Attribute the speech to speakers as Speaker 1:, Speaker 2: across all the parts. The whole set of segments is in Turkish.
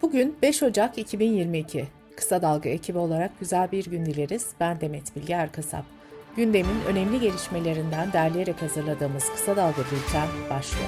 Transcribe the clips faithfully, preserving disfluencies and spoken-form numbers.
Speaker 1: Bugün beş Ocak iki bin yirmi iki. Kısa Dalga ekibi olarak güzel bir gün dileriz. Ben Demet Bilge Erkasap. Gündemin önemli gelişmelerinden derleyerek hazırladığımız Kısa Dalga Bülten başlıyor.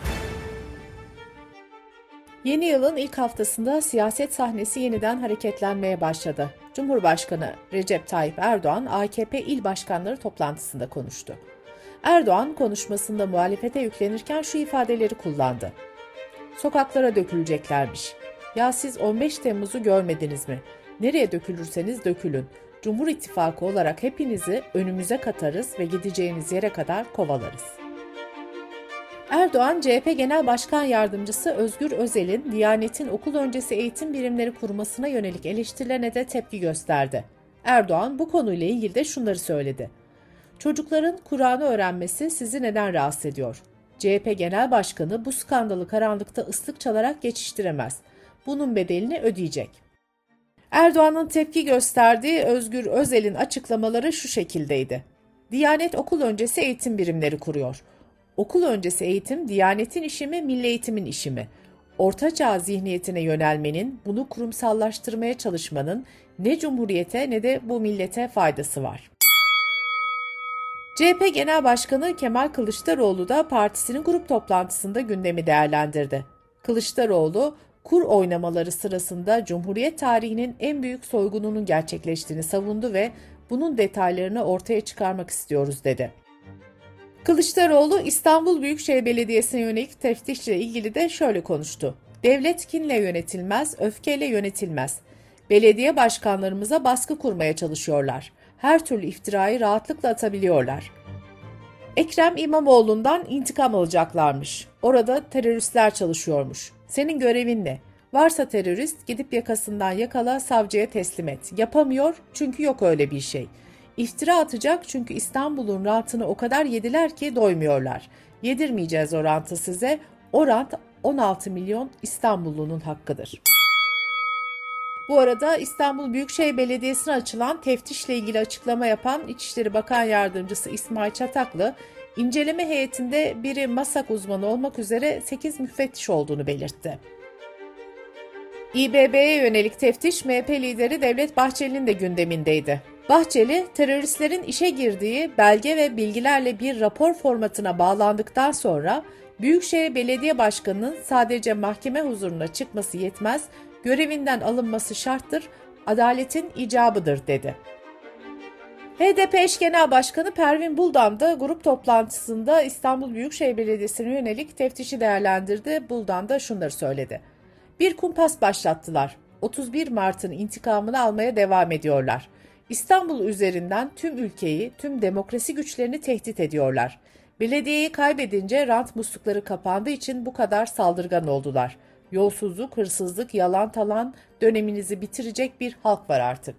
Speaker 1: Yeni yılın ilk haftasında siyaset sahnesi yeniden hareketlenmeye başladı. Cumhurbaşkanı Recep Tayyip Erdoğan, A K P il başkanları toplantısında konuştu. Erdoğan konuşmasında muhalefete yüklenirken şu ifadeleri kullandı. Sokaklara döküleceklermiş. Ya siz on beş Temmuz'u görmediniz mi? Nereye dökülürseniz dökülün. Cumhur İttifakı olarak hepinizi önümüze katarız ve gideceğiniz yere kadar kovalarız. Erdoğan, C H P Genel Başkan Yardımcısı Özgür Özel'in Diyanet'in okul öncesi eğitim birimleri kurmasına yönelik eleştirilerine de tepki gösterdi. Erdoğan bu konuyla ilgili de şunları söyledi. Çocukların Kur'an'ı öğrenmesi sizi neden rahatsız ediyor? C H P Genel Başkanı bu skandalı karanlıkta ıslık çalarak geçiştiremez. Bunun bedelini ödeyecek. Erdoğan'ın tepki gösterdiği Özgür Özel'in açıklamaları şu şekildeydi. Diyanet okul öncesi eğitim birimleri kuruyor. Okul öncesi eğitim Diyanet'in işi mi, Milli Eğitim'in işi mi? Ortaçağ zihniyetine yönelmenin, bunu kurumsallaştırmaya çalışmanın ne Cumhuriyete ne de bu millete faydası var. C H P Genel Başkanı Kemal Kılıçdaroğlu da partisinin grup toplantısında gündemi değerlendirdi. Kılıçdaroğlu, kur oynamaları sırasında Cumhuriyet tarihinin en büyük soygununun gerçekleştiğini savundu ve bunun detaylarını ortaya çıkarmak istiyoruz dedi. Kılıçdaroğlu, İstanbul Büyükşehir Belediyesi'ne yönelik teftişle ilgili de şöyle konuştu. Devlet kinle yönetilmez, öfkeyle yönetilmez. Belediye başkanlarımıza baskı kurmaya çalışıyorlar. Her türlü iftirayı rahatlıkla atabiliyorlar. Ekrem İmamoğlu'ndan intikam alacaklarmış. Orada teröristler çalışıyormuş. Senin görevin ne? Varsa terörist gidip yakasından yakala, savcıya teslim et. Yapamıyor çünkü yok öyle bir şey. İftira atacak çünkü İstanbul'un rantını o kadar yediler ki doymuyorlar. Yedirmeyeceğiz o rantı size. O rant on altı milyon İstanbullunun hakkıdır. Bu arada İstanbul Büyükşehir Belediyesi'ne açılan teftişle ilgili açıklama yapan İçişleri Bakan Yardımcısı İsmail Çataklı, inceleme heyetinde biri MASAK uzmanı olmak üzere sekiz müfettiş olduğunu belirtti. İBB'ye yönelik teftiş M H P lideri Devlet Bahçeli'nin de gündemindeydi. Bahçeli, teröristlerin işe girdiği belge ve bilgilerle bir rapor formatına bağlandıktan sonra Büyükşehir Belediye Başkanı'nın sadece mahkeme huzuruna çıkması yetmez, görevinden alınması şarttır, adaletin icabıdır dedi. H D P eş genel başkanı Pervin Buldan da grup toplantısında İstanbul Büyükşehir Belediyesi'ne yönelik teftişi değerlendirdi. Buldan da şunları söyledi. Bir kumpas başlattılar. otuz bir Mart'ın intikamını almaya devam ediyorlar. İstanbul üzerinden tüm ülkeyi, tüm demokrasi güçlerini tehdit ediyorlar. Belediyeyi kaybedince rant muslukları kapandığı için bu kadar saldırgan oldular. Yolsuzluk, hırsızlık, yalan talan döneminizi bitirecek bir halk var artık.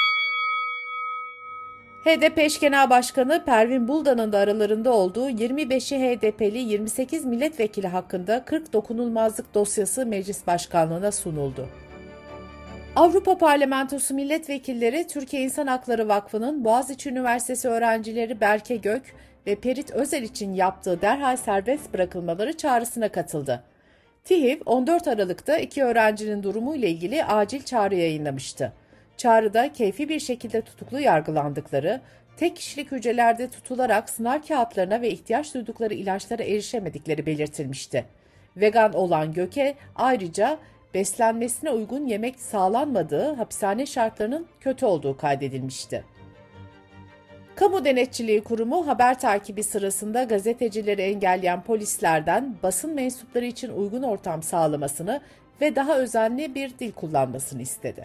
Speaker 1: H D P eş genel başkanı Pervin Buldan'ın da aralarında olduğu yirmi beşi H D P'li yirmi sekiz milletvekili hakkında kırk dokunulmazlık dosyası meclis başkanlığına sunuldu. Avrupa Parlamentosu milletvekilleri Türkiye İnsan Hakları Vakfı'nın Boğaziçi Üniversitesi öğrencileri Berke Gök ve Perit Özel için yaptığı derhal serbest bırakılmaları çağrısına katıldı. TİHİV on dört Aralık'ta iki öğrencinin durumu ile ilgili acil çağrı yayınlamıştı. Çağrıda keyfi bir şekilde tutuklu yargılandıkları, tek kişilik hücrelerde tutularak sınav kağıtlarına ve ihtiyaç duydukları ilaçlara erişemedikleri belirtilmişti. Vegan olan Gök'e ayrıca beslenmesine uygun yemek sağlanmadığı, hapishane şartlarının kötü olduğu kaydedilmişti. Kamu Denetçiliği Kurumu haber takibi sırasında gazetecileri engelleyen polislerden basın mensupları için uygun ortam sağlamasını ve daha özenli bir dil kullanmasını istedi.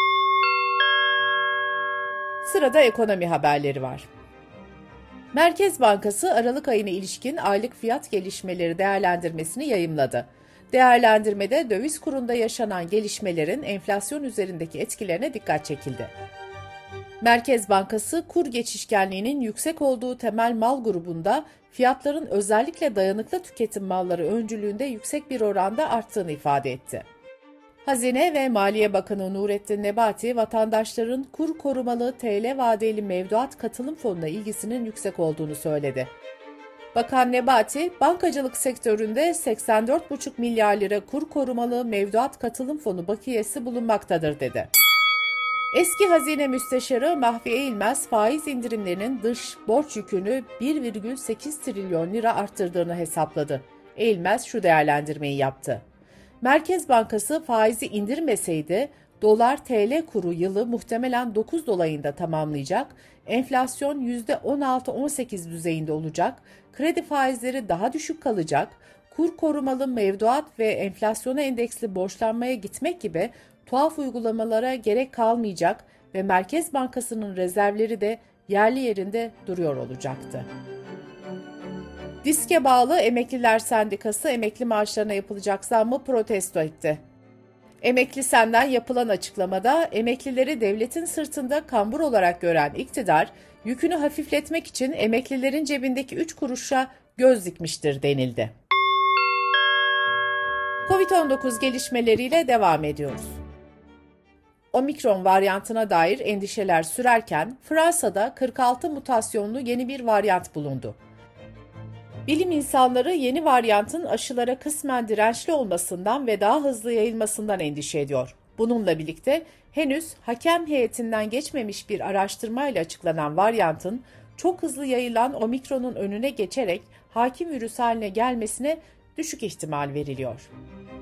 Speaker 1: Sırada ekonomi haberleri var. Merkez Bankası Aralık ayına ilişkin aylık fiyat gelişmeleri değerlendirmesini yayımladı. Değerlendirmede döviz kurunda yaşanan gelişmelerin enflasyon üzerindeki etkilerine dikkat çekildi. Merkez Bankası kur geçişkenliğinin yüksek olduğu temel mal grubunda fiyatların özellikle dayanıklı tüketim malları öncülüğünde yüksek bir oranda arttığını ifade etti. Hazine ve Maliye Bakanı Nurettin Nebati, vatandaşların kur korumalı T L vadeli mevduat katılım fonuna ilgisinin yüksek olduğunu söyledi. Bakan Nebati, bankacılık sektöründe seksen dört buçuk milyar lira kur korumalı mevduat katılım fonu bakiyesi bulunmaktadır dedi. Eski Hazine Müsteşarı Mahfi Eğilmez, faiz indirimlerinin dış borç yükünü bir virgül sekiz trilyon lira arttırdığını hesapladı. Eğilmez şu değerlendirmeyi yaptı. Merkez Bankası faizi indirmeseydi, dolar-T L kuru yılı muhtemelen dokuz dolayında tamamlayacak, enflasyon yüzde on altı on sekiz düzeyinde olacak, kredi faizleri daha düşük kalacak, kur korumalı mevduat ve enflasyona endeksli borçlanmaya gitmek gibi tuhaf uygulamalara gerek kalmayacak ve Merkez Bankası'nın rezervleri de yerli yerinde duruyor olacaktı. Diske bağlı Emekliler Sendikası emekli maaşlarına yapılacak zammı protesto etti. Emekli Sen'den yapılan açıklamada emeklileri devletin sırtında kambur olarak gören iktidar, yükünü hafifletmek için emeklilerin cebindeki üç kuruşa göz dikmiştir denildi. kovid on dokuz gelişmeleriyle devam ediyoruz. Omikron varyantına dair endişeler sürerken Fransa'da kırk altı mutasyonlu yeni bir varyant bulundu. Bilim insanları yeni varyantın aşılara kısmen dirençli olmasından ve daha hızlı yayılmasından endişe ediyor. Bununla birlikte henüz hakem heyetinden geçmemiş bir araştırmayla açıklanan varyantın çok hızlı yayılan Omikron'un önüne geçerek hakim virüs haline gelmesine düşük ihtimal veriliyor.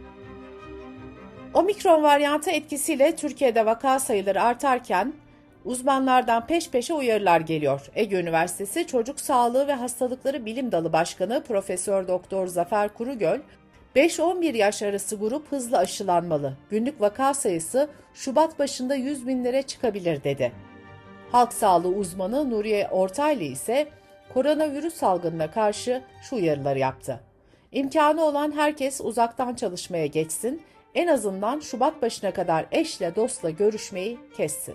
Speaker 1: Omikron varyantı etkisiyle Türkiye'de vaka sayıları artarken uzmanlardan peş peşe uyarılar geliyor. Ege Üniversitesi Çocuk Sağlığı ve Hastalıkları Bilim Dalı Başkanı Profesör Doktor Zafer Kurugöl, beş on bir yaş arası grup hızlı aşılanmalı. Günlük vaka sayısı Şubat başında yüz binlere çıkabilir dedi. Halk sağlığı uzmanı Nuriye Ortaylı ise koronavirüs salgınına karşı şu uyarıları yaptı. İmkanı olan herkes uzaktan çalışmaya geçsin, en azından Şubat başına kadar eşle dostla görüşmeyi kessin.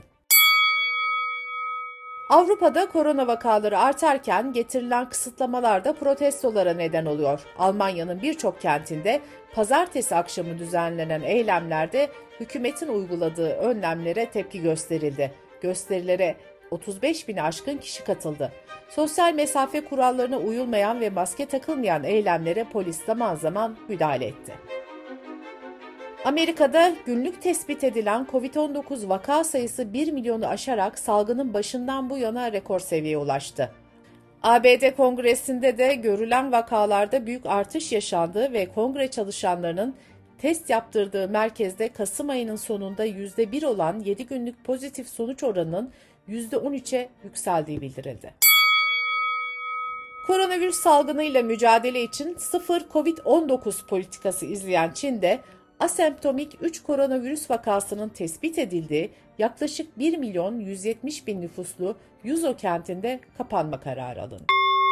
Speaker 1: Avrupa'da korona vakaları artarken getirilen kısıtlamalar da protestolara neden oluyor. Almanya'nın birçok kentinde pazartesi akşamı düzenlenen eylemlerde hükümetin uyguladığı önlemlere tepki gösterildi. Gösterilere otuz beş bini aşkın kişi katıldı. Sosyal mesafe kurallarına uyulmayan ve maske takılmayan eylemlere polis zaman zaman müdahale etti. Amerika'da günlük tespit edilen kovid on dokuz vaka sayısı bir milyonu aşarak salgının başından bu yana rekor seviyeye ulaştı. A B D Kongresi'nde de görülen vakalarda büyük artış yaşandı ve kongre çalışanlarının test yaptırdığı merkezde Kasım ayının sonunda yüzde bir olan yedi günlük pozitif sonuç oranının yüzde on üçe yükseldiği bildirildi. Koronavirüs salgınıyla mücadele için sıfır kovid on dokuz politikası izleyen Çin'de asemptomik üç koronavirüs vakasının tespit edildiği yaklaşık bir milyon yüz yetmiş bin nüfuslu Yuzhou kentinde kapanma kararı alındı.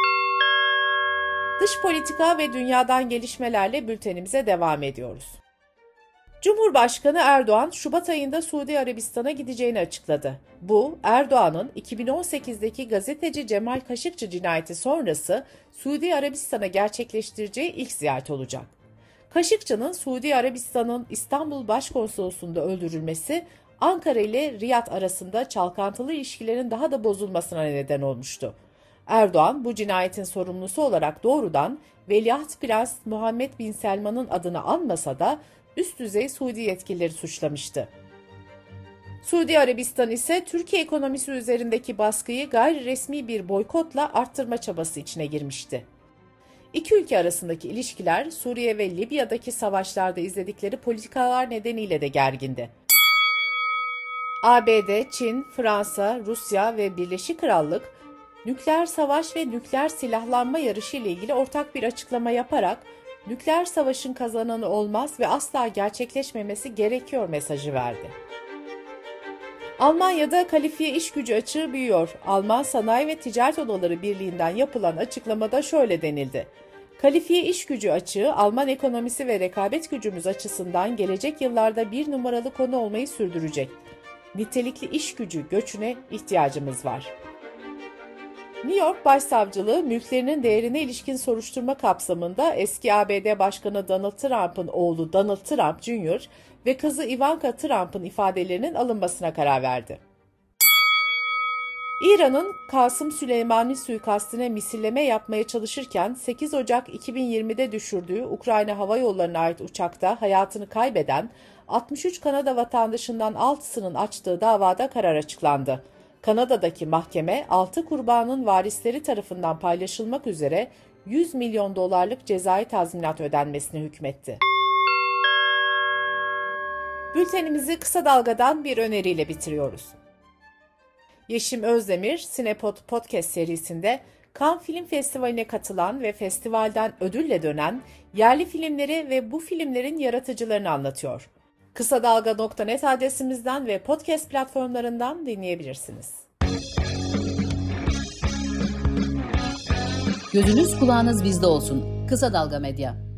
Speaker 1: Dış politika ve dünyadan gelişmelerle bültenimize devam ediyoruz. Cumhurbaşkanı Erdoğan, Şubat ayında Suudi Arabistan'a gideceğini açıkladı. Bu, Erdoğan'ın iki bin on sekizdeki gazeteci Cemal Kaşıkçı cinayeti sonrası Suudi Arabistan'a gerçekleştireceği ilk ziyaret olacak. Kaşıkçı'nın Suudi Arabistan'ın İstanbul Başkonsolosluğu'nda öldürülmesi, Ankara ile Riyad arasında çalkantılı ilişkilerin daha da bozulmasına neden olmuştu. Erdoğan, bu cinayetin sorumlusu olarak doğrudan Veliaht Prens Muhammed Bin Selman'ın adını anmasa da üst düzey Suudi yetkilileri suçlamıştı. Suudi Arabistan ise Türkiye ekonomisi üzerindeki baskıyı gayri resmi bir boykotla arttırma çabası içine girmişti. İki ülke arasındaki ilişkiler Suriye ve Libya'daki savaşlarda izledikleri politikalar nedeniyle de gergindi. A B D, Çin, Fransa, Rusya ve Birleşik Krallık, nükleer savaş ve nükleer silahlanma yarışı ile ilgili ortak bir açıklama yaparak nükleer savaşın kazananı olmaz ve asla gerçekleşmemesi gerekiyor mesajı verdi. Almanya'da kalifiye iş gücü açığı büyüyor. Alman Sanayi ve Ticaret Odaları Birliği'nden yapılan açıklamada şöyle denildi. Kalifiye iş gücü açığı, Alman ekonomisi ve rekabet gücümüz açısından gelecek yıllarda bir numaralı konu olmayı sürdürecek. Nitelikli iş gücü göçüne ihtiyacımız var. New York Başsavcılığı, mülklerinin değerine ilişkin soruşturma kapsamında eski A B D Başkanı Donald Trump'ın oğlu Donald Trump Junior ve kızı Ivanka Trump'ın ifadelerinin alınmasına karar verdi. İran'ın Kasım Süleymani suikastine misilleme yapmaya çalışırken sekiz Ocak iki bin yirmide düşürdüğü Ukrayna Hava Yolları'na ait uçakta hayatını kaybeden altmış üç Kanada vatandaşından altısının açtığı davada karar açıklandı. Kanada'daki mahkeme altı kurbanın varisleri tarafından paylaşılmak üzere yüz milyon dolarlık cezai tazminat ödenmesine hükmetti. Bültenimizi kısa dalgadan bir öneriyle bitiriyoruz. Yeşim Özdemir, Sinepod Podcast serisinde Cannes Film Festivali'ne katılan ve festivalden ödülle dönen yerli filmleri ve bu filmlerin yaratıcılarını anlatıyor. kısa dalga nokta net adresimizden ve podcast platformlarından dinleyebilirsiniz.
Speaker 2: Gözünüz kulağınız bizde olsun. Kısa Dalga Medya.